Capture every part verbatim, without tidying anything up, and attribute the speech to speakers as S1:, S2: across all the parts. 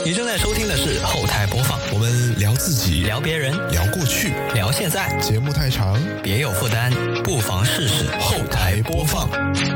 S1: 你正在收听的是后台播放，
S2: 我们聊自己，
S1: 聊别人，
S2: 聊过去，
S1: 聊现在。
S2: 节目太长，
S1: 别有负担，不妨试试后台播放。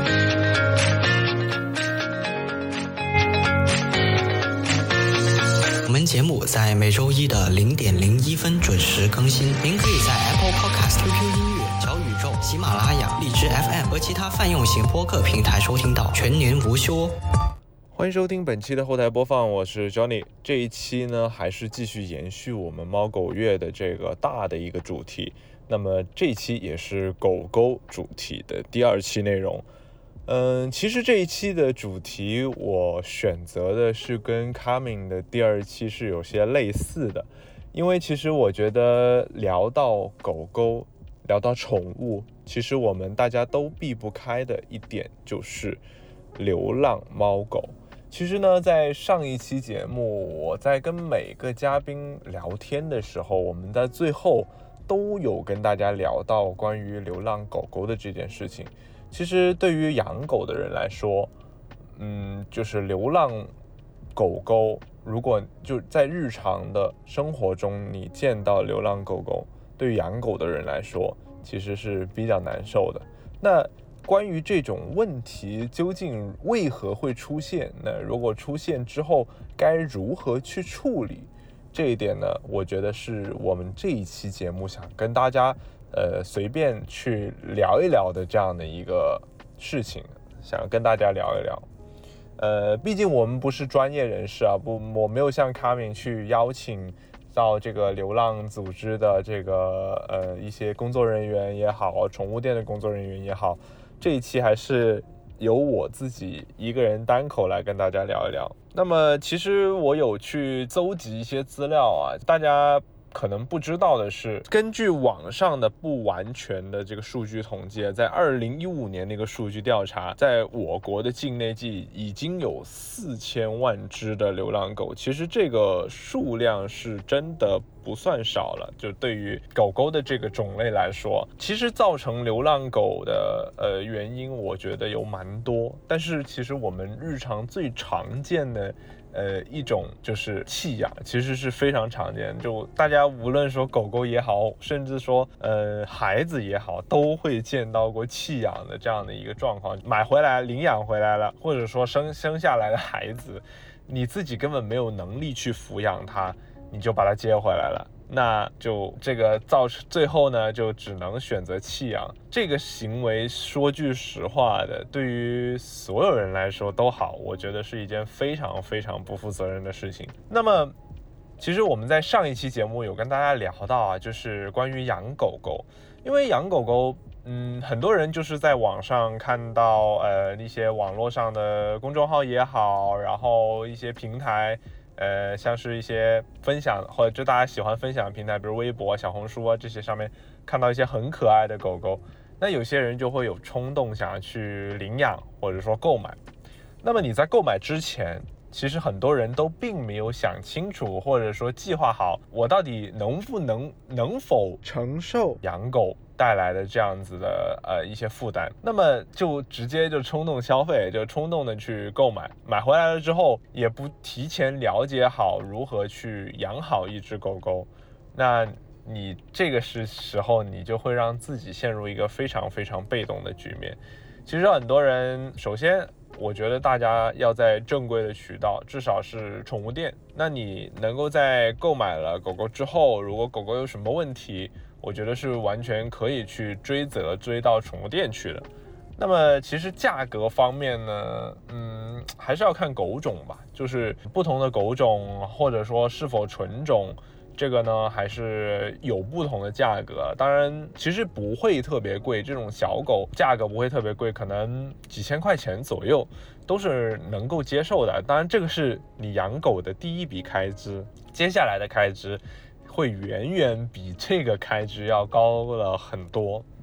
S1: 我们节目在每周一的零点零一分准时更新，您可以在 Apple Podcast、Q Q 音乐、小宇宙、喜马拉雅、荔枝 F M 和其他泛用型播客平台收听到，全年无休哦。
S3: 欢迎收听本期的后台播放，我是 Johnny。这一期呢，还是继续延续我们猫狗月的这个大的一个主题。那么这一期也是狗狗主题的第二期内容。嗯，其实这一期的主题我选择的是跟 Coming 的第二期是有些类似的，因为其实我觉得聊到狗狗，聊到宠物，其实我们大家都避不开的一点就是流浪猫狗。其实呢，在上一期节目，我在跟每个嘉宾聊天的时候，我们在最后都有跟大家聊到关于流浪狗狗的这件事情。其实对于养狗的人来说，嗯，就是流浪狗狗，如果就在日常的生活中你见到流浪狗狗，对于养狗的人来说，其实是比较难受的。那关于这种问题究竟为何会出现，那如果出现之后该如何去处理，这一点呢，我觉得是我们这一期节目想跟大家呃随便去聊一聊的这样的一个事情，想跟大家聊一聊。呃，毕竟我们不是专业人士啊，不，我没有像 Coming 去邀请到这个流浪组织的这个呃一些工作人员也好，宠物店的工作人员也好。这一期还是由我自己一个人单口来跟大家聊一聊。那么其实我有去搜集一些资料啊，大家可能不知道的是，根据网上的不完全的这个数据统计，在二零一五年那个数据调查，在我国的境内记已经有四千万只的流浪狗。其实这个数量是真的不算少了，就对于狗狗的这个种类来说，其实造成流浪狗的呃原因，我觉得有蛮多。但是其实我们日常最常见的呃一种就是弃养，其实是非常常见。就大家无论说狗狗也好，甚至说呃孩子也好，都会见到过弃养的这样的一个状况。买回来领养回来了，或者说生生下来的孩子，你自己根本没有能力去抚养它，你就把它接回来了，那就这个造成最后呢，就只能选择弃养。这个行为说句实话的，对于所有人来说都好，我觉得是一件非常非常不负责任的事情。那么其实我们在上一期节目有跟大家聊到啊，就是关于养狗狗。因为养狗狗嗯，很多人就是在网上看到呃一些网络上的公众号也好，然后一些平台呃，像是一些分享，或者就大家喜欢分享的平台，比如微博、小红书啊这些上面看到一些很可爱的狗狗，那有些人就会有冲动想要去领养或者说购买。那么你在购买之前，其实很多人都并没有想清楚，或者说计划好，我到底能不能能否承受养狗带来的这样子的呃一些负担，那么就直接就冲动消费，就冲动的去购买，买回来了之后也不提前了解好如何去养好一只狗狗，那你这个是时候你就会让自己陷入一个非常非常被动的局面。其实很多人，首先我觉得大家要在正规的渠道，至少是宠物店，那你能够在购买了狗狗之后，如果狗狗有什么问题，我觉得是完全可以去追责，追到宠物店去的。那么其实价格方面呢，嗯，还是要看狗种吧，就是不同的狗种或者说是否纯种，这个呢还是有不同的价格。当然其实不会特别贵，这种小狗价格不会特别贵，可能几千块钱左右都是能够接受的。当然这个是你养狗的第一笔开支，接下来的开支会远远比这个开支要高了很多。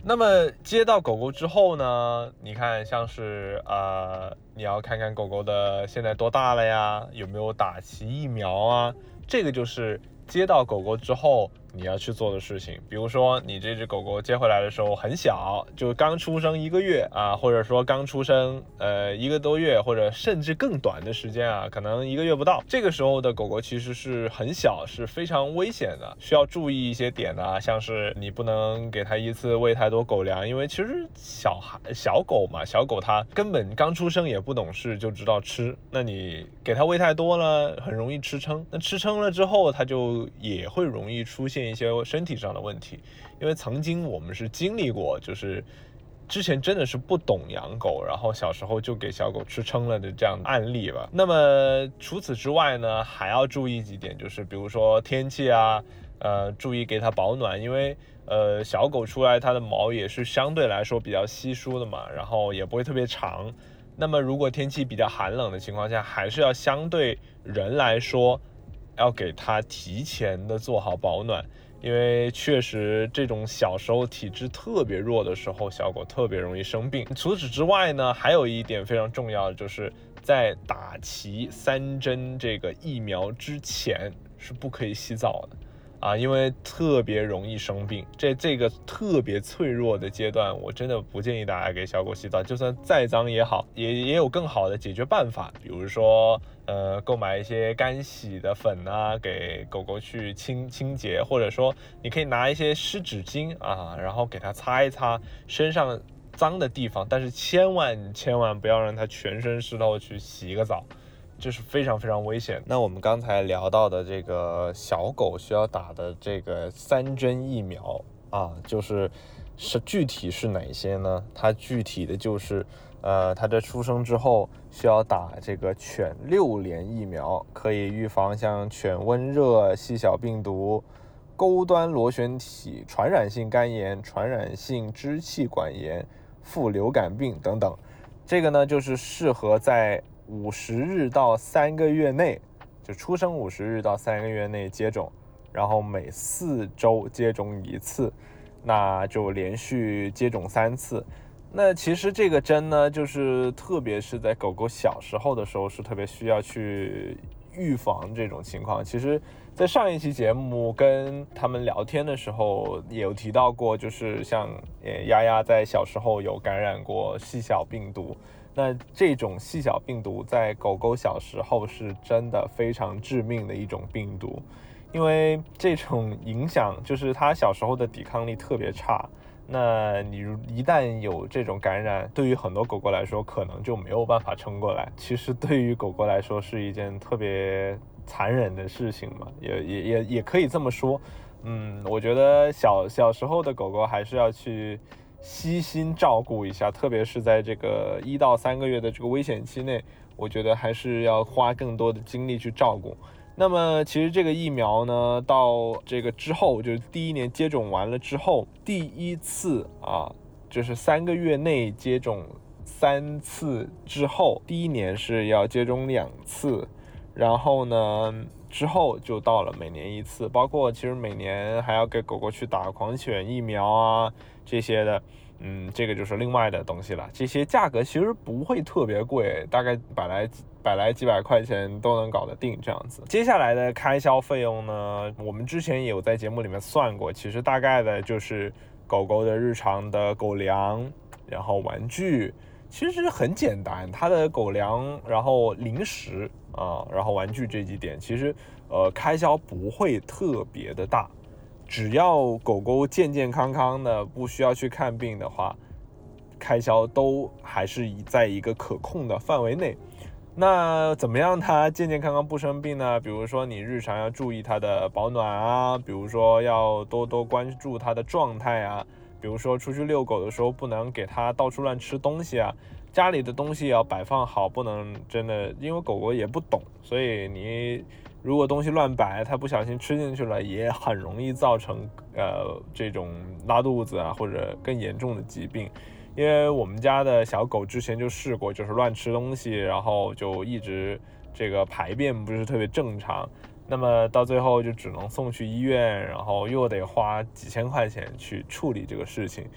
S3: 那么接到狗狗之后呢，你看像是呃，你要看看狗狗的现在多大了呀，有没有打齐疫苗啊，这个就是接到狗狗之后你要去做的事情。比如说你这只狗狗接回来的时候很小，就刚出生一个月啊，或者说刚出生呃一个多月，或者甚至更短的时间啊，可能一个月不到，这个时候的狗狗其实是很小，是非常危险的，需要注意一些点啊，像是你不能给它一次喂太多狗粮，因为其实小孩小狗嘛，小狗它根本刚出生也不懂事就知道吃，那你给它喂太多了很容易吃撑，那吃撑了之后它就也会容易出现一些身体上的问题。因为曾经我们是经历过，就是之前真的是不懂养狗，然后小时候就给小狗吃撑了的这样的案例吧。那么除此之外呢，还要注意几点，就是比如说天气啊，呃，注意给它保暖，因为呃小狗出来它的毛也是相对来说比较稀疏的嘛，然后也不会特别长。那么如果天气比较寒冷的情况下，还是要相对人来说要给它提前的做好保暖。因为确实这种小时候体质特别弱的时候，小狗特别容易生病。除此之外呢，还有一点非常重要的，就是在打齐三针这个疫苗之前是不可以洗澡的啊，因为特别容易生病。这这个特别脆弱的阶段，我真的不建议大家给小狗洗澡，就算再脏也好，也也有更好的解决办法，比如说呃，购买一些干洗的粉啊，给狗狗去清清洁，或者说你可以拿一些湿纸巾啊，然后给它擦一擦身上脏的地方，但是千万千万不要让它全身湿透去洗个澡，这是非常非常危险。那我们刚才聊到的这个小狗需要打的这个三针疫苗啊，就是是具体是哪些呢？它具体的就是呃，它在出生之后需要打这个犬六联疫苗，可以预防像犬瘟热、细小病毒、钩端螺旋体传染性肝炎、传染性支气管炎、副流感病等等。这个呢，就是适合在五十日到三个月内，就出生五十日到三个月内接种，然后每四周接种一次，那就连续接种三次。那其实这个针呢，就是特别是在狗狗小时候的时候是特别需要去预防这种情况。其实在上一期节目跟他们聊天的时候也有提到过，就是像呃丫丫在小时候有感染过细小病毒，那这种细小病毒在狗狗小时候是真的非常致命的一种病毒，因为这种影响就是它小时候的抵抗力特别差，那你一旦有这种感染，对于很多狗狗来说可能就没有办法撑过来。其实对于狗狗来说是一件特别残忍的事情嘛，也也也也可以这么说。嗯，我觉得小小时候的狗狗还是要去悉心照顾一下，特别是在这个一到三个月的这个危险期内，我觉得还是要花更多的精力去照顾。那么其实这个疫苗呢，到这个之后，就是第一年接种完了之后，第一次啊，就是三个月内接种三次之后，第一年是要接种两次，然后呢之后就到了每年一次，包括其实每年还要给狗狗去打狂犬疫苗啊这些的。嗯，这个就是另外的东西了。这些价格其实不会特别贵，大概百来百来几百块钱都能搞得定这样子。接下来的开销费用呢，我们之前也有在节目里面算过，其实大概的就是狗狗的日常的狗粮，然后玩具，其实很简单，它的狗粮，然后零食啊，然后玩具这几点，其实呃开销不会特别的大。只要狗狗健健康康的，不需要去看病的话，开销都还是在一个可控的范围内。那怎么样它健健康康不生病呢？比如说你日常要注意它的保暖啊，比如说要多多关注它的状态啊，比如说出去遛狗的时候不能给它到处乱吃东西啊，家里的东西要摆放好，不能真的，因为狗狗也不懂，所以你如果东西乱摆，它不小心吃进去了，也很容易造成呃这种拉肚子啊或者更严重的疾病。因为我们家的小狗之前就试过，就是乱吃东西，然后就一直这个排便不是特别正常，那么到最后就只能送去医院，然后又得花几千块钱去处理这个事情。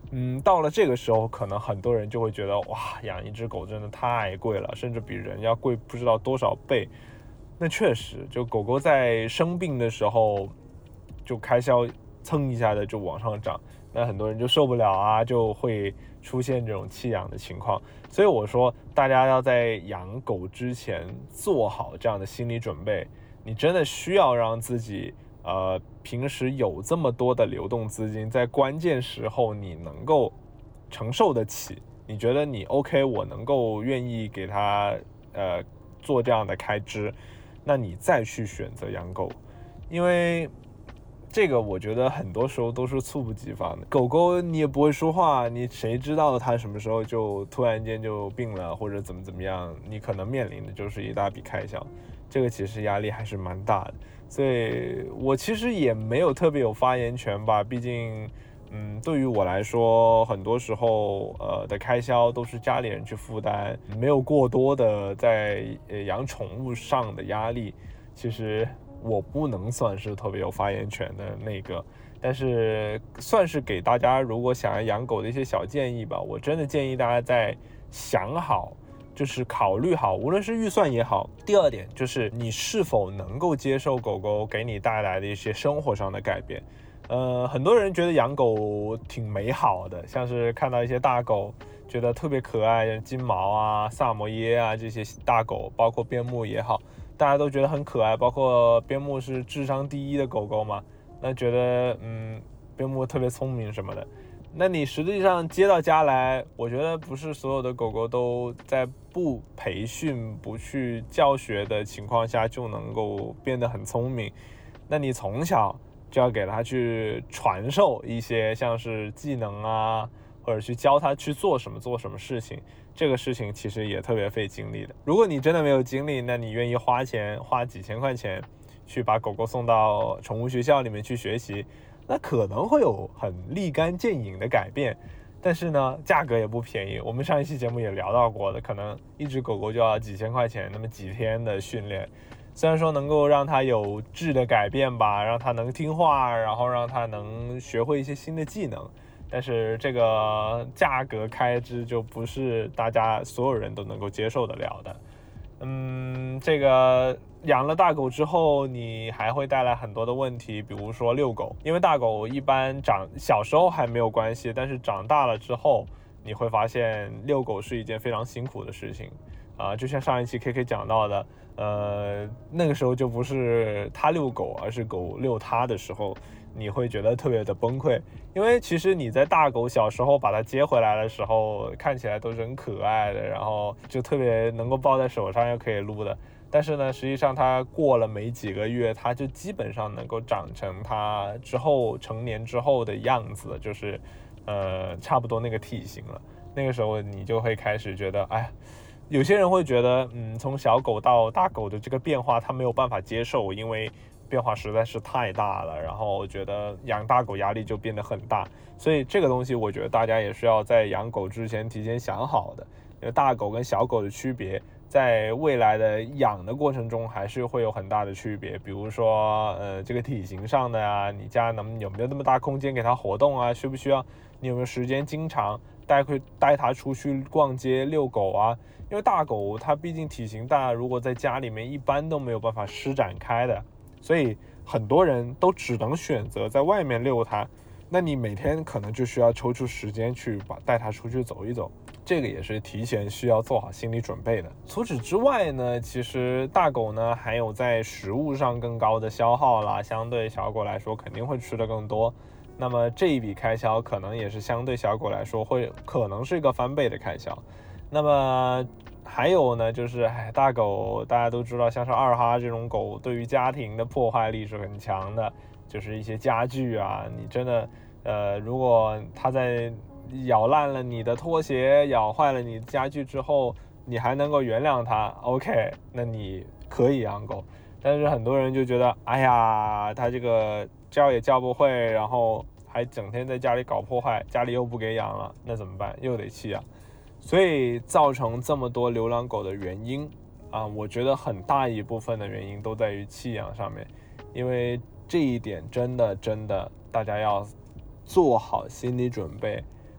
S3: 嗯，到了这个时候，可能很多人就会觉得，哇，养一只狗真的太贵了，甚至比人要贵不知道多少倍。那确实，就狗狗在生病的时候，就开销蹭一下的就往上涨，那很多人就受不了啊，就会出现这种弃养的情况。所以我说，大家要在养狗之前做好这样的心理准备，你真的需要让自己呃，平时有这么多的流动资金，在关键时候你能够承受得起，你觉得你 OK， 我能够愿意给他呃做这样的开支，那你再去选择养狗。因为这个我觉得很多时候都是猝不及防的，狗狗你也不会说话，你谁知道它什么时候就突然间就病了或者怎么怎么样，你可能面临的就是一大笔开销，这个其实压力还是蛮大的。所以我其实也没有特别有发言权吧，毕竟嗯，对于我来说，很多时候呃的开销都是家里人去负担，没有过多的在呃养宠物上的压力，其实我不能算是特别有发言权的那个，但是算是给大家如果想要养狗的一些小建议吧。我真的建议大家在想好，就是考虑好，无论是预算也好。第二点就是你是否能够接受狗狗给你带来的一些生活上的改变。呃，很多人觉得养狗挺美好的，像是看到一些大狗觉得特别可爱，金毛啊、萨摩耶啊这些大狗，包括边牧也好，大家都觉得很可爱，包括边牧是智商第一的狗狗嘛，那觉得嗯边牧特别聪明什么的。那你实际上接到家来，我觉得不是所有的狗狗都在不培训、不去教学的情况下就能够变得很聪明。那你从小就要给它去传授一些像是技能啊，或者去教它去做什么做什么事情，这个事情其实也特别费精力的。如果你真的没有精力，那你愿意花钱花几千块钱去把狗狗送到宠物学校里面去学习，那可能会有很立竿见影的改变，但是呢价格也不便宜。我们上一期节目也聊到过的，可能一只狗狗就要几千块钱，那么几天的训练，虽然说能够让它有质的改变吧，让它能听话，然后让它能学会一些新的技能，但是这个价格开支就不是大家所有人都能够接受得了的。嗯，这个养了大狗之后，你还会带来很多的问题，比如说遛狗，因为大狗一般长小时候还没有关系，但是长大了之后，你会发现遛狗是一件非常辛苦的事情啊、呃。就像上一期 K K 讲到的，呃，那个时候就不是他遛狗，而是狗遛他的时候，你会觉得特别的崩溃，因为其实你在大狗小时候把它接回来的时候，看起来都是很可爱的，然后就特别能够抱在手上又可以撸的。但是呢，实际上它过了没几个月，它就基本上能够长成它之后成年之后的样子，就是呃差不多那个体型了。那个时候你就会开始觉得，哎，有些人会觉得，嗯，从小狗到大狗的这个变化，他没有办法接受，因为变化实在是太大了，然后我觉得养大狗压力就变得很大，所以这个东西我觉得大家也是要在养狗之前提前想好的，因为大狗跟小狗的区别在未来的养的过程中还是会有很大的区别，比如说呃这个体型上的啊，你家能有没有那么大空间给它活动啊，需不需要你有没有时间经常带会带它出去逛街遛狗啊，因为大狗它毕竟体型大，如果在家里面一般都没有办法施展开的，所以很多人都只能选择在外面遛它，那你每天可能就需要抽出时间去把带它出去走一走，这个也是提前需要做好心理准备的。除此之外呢，其实大狗呢还有在食物上更高的消耗啦，相对小狗来说肯定会吃的更多，那么这一笔开销可能也是相对小狗来说会可能是一个翻倍的开销。那么还有呢，就是哎，大狗大家都知道，像是二哈这种狗对于家庭的破坏力是很强的，就是一些家具啊，你真的呃，如果它在咬烂了你的拖鞋，咬坏了你的家具之后，你还能够原谅它 OK， 那你可以养狗。但是很多人就觉得，哎呀，它这个教也教不会，然后还整天在家里搞破坏，家里又不给养了，那怎么办？又得弃养。所以造成这么多流浪狗的原因啊，我觉得很大一部分的原因都在于弃养上面，因为这一点真的真的大家要做好心理准备，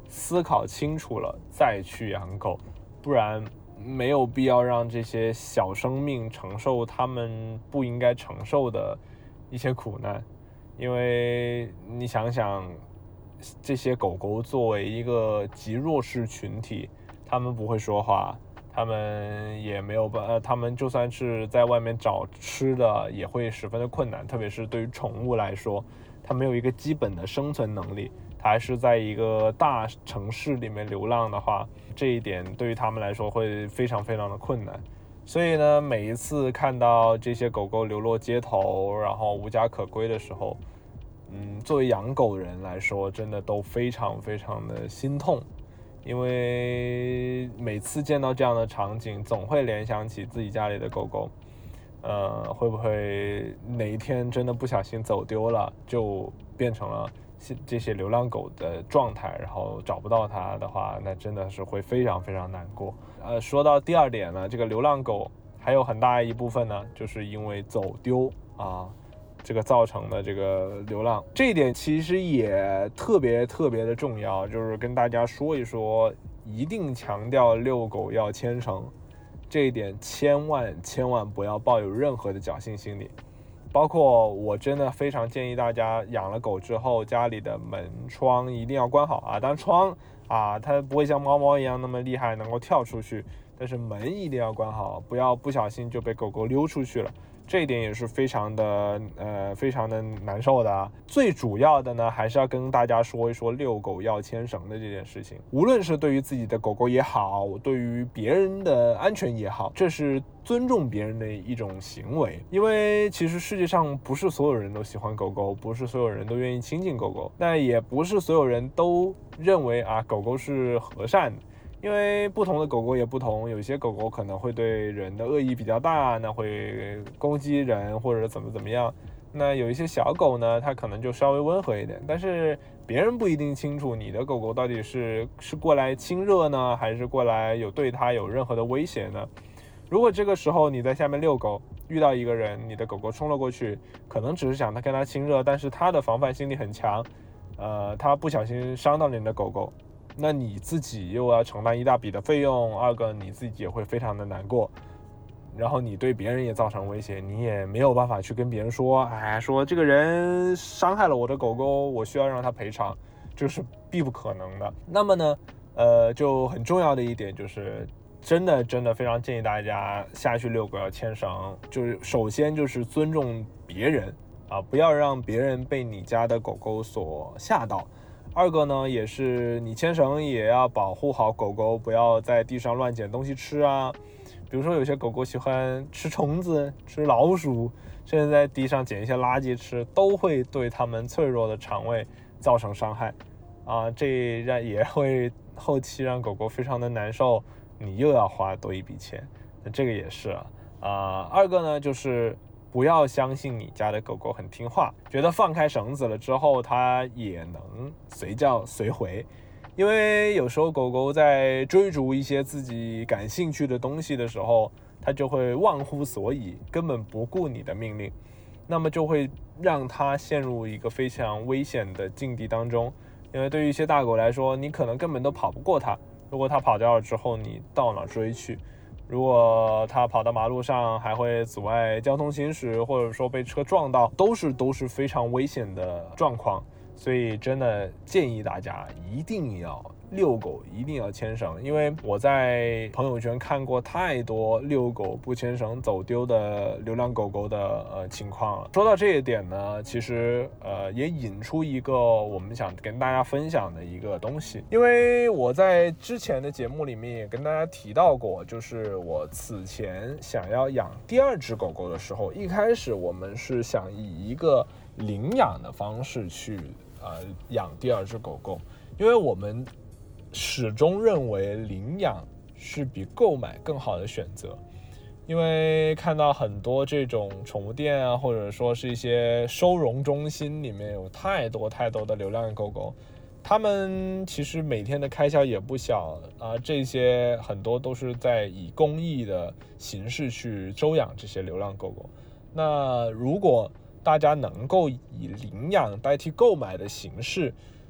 S3: 思考清楚了再去养狗，不然没有必要让这些小生命承受他们不应该承受的一些苦难。因为你想想，这些狗狗作为一个极弱势群体，他们不会说话，他们也没有办呃，他们就算是在外面找吃的也会十分的困难，特别是对于宠物来说，它没有一个基本的生存能力，它还是在一个大城市里面流浪的话，这一点对于他们来说会非常非常的困难。所以呢，每一次看到这些狗狗流落街头，然后无家可归的时候，嗯，作为养狗人来说，真的都非常非常的心痛。因为每次见到这样的场景，总会联想起自己家里的狗狗，呃，会不会哪一天真的不小心走丢了，就变成了这些流浪狗的状态，然后找不到它的话，那真的是会非常非常难过。呃，说到第二点呢，这个流浪狗还有很大一部分呢，就是因为走丢啊，这个造成的这个流浪，这一点其实也特别特别的重要，就是跟大家说一说，一定强调遛狗要牵绳，这一点千万千万不要抱有任何的侥幸心理。包括我真的非常建议大家养了狗之后，家里的门窗一定要关好啊。当然窗啊，它不会像猫猫一样那么厉害能够跳出去，但是门一定要关好，不要不小心就被狗狗溜出去了。这一点也是非常的呃非常的难受的啊。最主要的呢，还是要跟大家说一说遛狗要牵绳的这件事情。无论是对于自己的狗狗也好，对于别人的安全也好，这是尊重别人的一种行为。因为其实世界上不是所有人都喜欢狗狗，不是所有人都愿意亲近狗狗，那也不是所有人都认为啊狗狗是和善的。因为不同的狗狗也不同，有些狗狗可能会对人的恶意比较大，那会攻击人或者怎么怎么样。那有一些小狗呢，它可能就稍微温和一点，但是别人不一定清楚你的狗狗到底是是过来亲热呢，还是过来有对它有任何的威胁呢？如果这个时候你在下面遛狗，遇到一个人，你的狗狗冲了过去，可能只是想它跟它亲热，但是它的防范心理很强，呃，它不小心伤到你的狗狗，那你自己又要承担一大笔的费用，二个你自己也会非常的难过，然后你对别人也造成威胁，你也没有办法去跟别人说，哎，说这个人伤害了我的狗狗，我需要让他赔偿，这是必不可能的。那么呢，呃，就很重要的一点就是，真的真的非常建议大家下去遛狗要牵绳，就是首先就是尊重别人啊，不要让别人被你家的狗狗所吓到。二个呢，也是你牵绳也要保护好狗狗，不要在地上乱捡东西吃啊。比如说有些狗狗喜欢吃虫子、吃老鼠，甚至在地上捡一些垃圾吃，都会对它们脆弱的肠胃造成伤害啊。这让也会后期让狗狗非常的难受，你又要花多一笔钱，那这个也是啊。啊，二个呢就是不要相信你家的狗狗很听话，觉得放开绳子了之后它也能随叫随回。因为有时候狗狗在追逐一些自己感兴趣的东西的时候，它就会忘乎所以，根本不顾你的命令，那么就会让它陷入一个非常危险的境地当中。因为对于一些大狗来说，你可能根本都跑不过它，如果它跑掉了之后，你到哪追去？如果它跑到马路上还会阻碍交通行驶，或者说被车撞到，都是都是非常危险的状况。所以真的建议大家一定要遛狗，一定要牵绳。因为我在朋友圈看过太多遛狗不牵绳走丢的流浪狗狗的呃情况了。说到这一点呢，其实呃也引出一个我们想跟大家分享的一个东西。因为我在之前的节目里面也跟大家提到过，就是我此前想要养第二只狗狗的时候，一开始我们是想以一个领养的方式去呃养第二只狗狗，因为我们始终认为领养是比购买更好的选择。因为看到很多这种宠物店啊，或者说是一些收容中心里面有太多太多的流浪狗狗，他们其实每天的开销也不小啊，这些很多都是在以公益的形式去收养这些流浪狗狗。那如果大家能够以领养代替购买的形式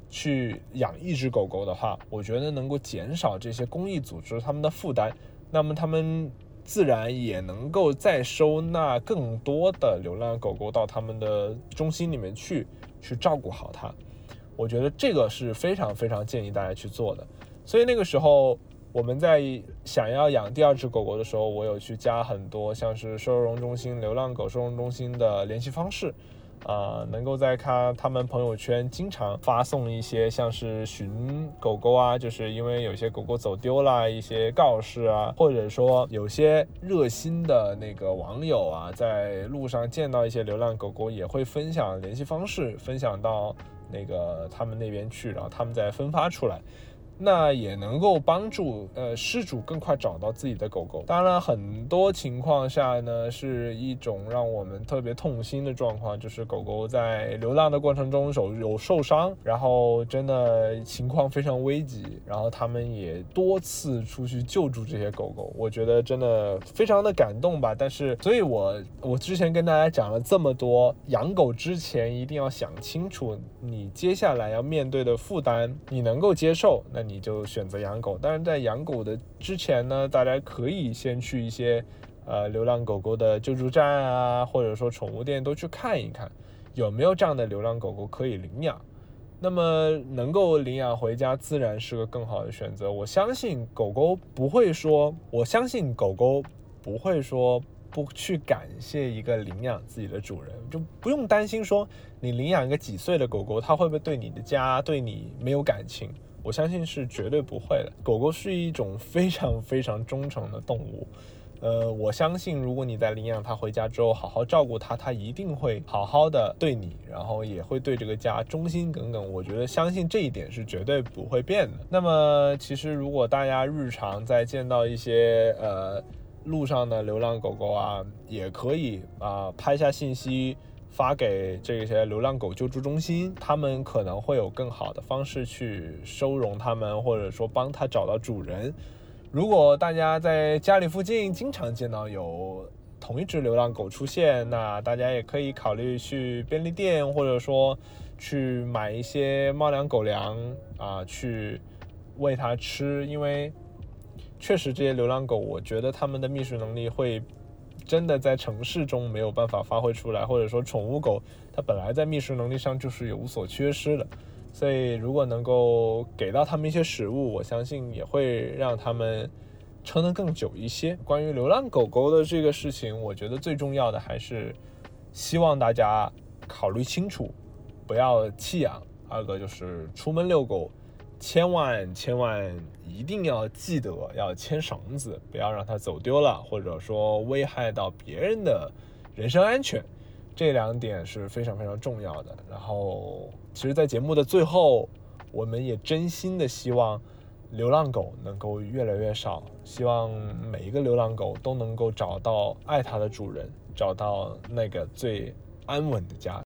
S3: 去养一只狗狗的话，我觉得能够减少这些公益组织他们的负担，那么他们自然也能够再收纳更多的流浪狗狗到他们的中心里面去，去照顾好它。我觉得这个是非常非常建议大家去做的。所以那个时候我们在想要养第二只狗狗的时候，我有去加很多像是收容中心、流浪狗收容中心的联系方式。呃，能够在看他们朋友圈经常发送一些像是寻狗狗啊，就是因为有些狗狗走丢了一些告示啊，或者说有些热心的那个网友啊，在路上见到一些流浪狗狗也会分享联系方式，分享到那个他们那边去，然后他们再分发出来。那也能够帮助呃失主更快找到自己的狗狗。当然很多情况下呢，是一种让我们特别痛心的状况，就是狗狗在流浪的过程中手有受伤，然后真的情况非常危急，然后他们也多次出去救助这些狗狗，我觉得真的非常的感动吧。但是所以我我之前跟大家讲了这么多，养狗之前一定要想清楚你接下来要面对的负担，你能够接受，那你就选择养狗。当然在养狗的之前呢，大家可以先去一些呃流浪狗狗的救助站啊，或者说宠物店都去看一看有没有这样的流浪狗狗可以领养。那么能够领养回家自然是个更好的选择。我相信狗狗不会说我相信狗狗不会说不去感谢一个领养自己的主人，就不用担心说你领养一个几岁的狗狗，它会不会对你的家对你没有感情。我相信是绝对不会的。狗狗是一种非常非常忠诚的动物，呃，我相信如果你在领养它回家之后好好照顾它，它一定会好好的对你，然后也会对这个家忠心耿耿。我觉得相信这一点是绝对不会变的。那么其实如果大家日常在见到一些呃路上的流浪狗狗啊，也可以啊、呃、拍下信息发给这些流浪狗救助中心，他们可能会有更好的方式去收容他们，或者说帮他找到主人。如果大家在家里附近经常见到有同一只流浪狗出现，那大家也可以考虑去便利店，或者说去买一些猫粮狗粮啊、呃，去喂它吃。因为确实这些流浪狗，我觉得它们的觅食能力会真的在城市中没有办法发挥出来，或者说宠物狗它本来在觅食能力上就是有所缺失的，所以如果能够给到他们一些食物，我相信也会让他们撑得更久一些。关于流浪狗狗的这个事情，我觉得最重要的还是希望大家考虑清楚，不要弃养。二个就是出门遛狗千万千万一定要记得要牵绳子，不要让它走丢了，或者说危害到别人的人身安全，这两点是非常非常重要的。然后其实在节目的最后，我们也真心的希望流浪狗能够越来越少，希望每一个流浪狗都能够找到爱它的主人，找到那个最安稳的家。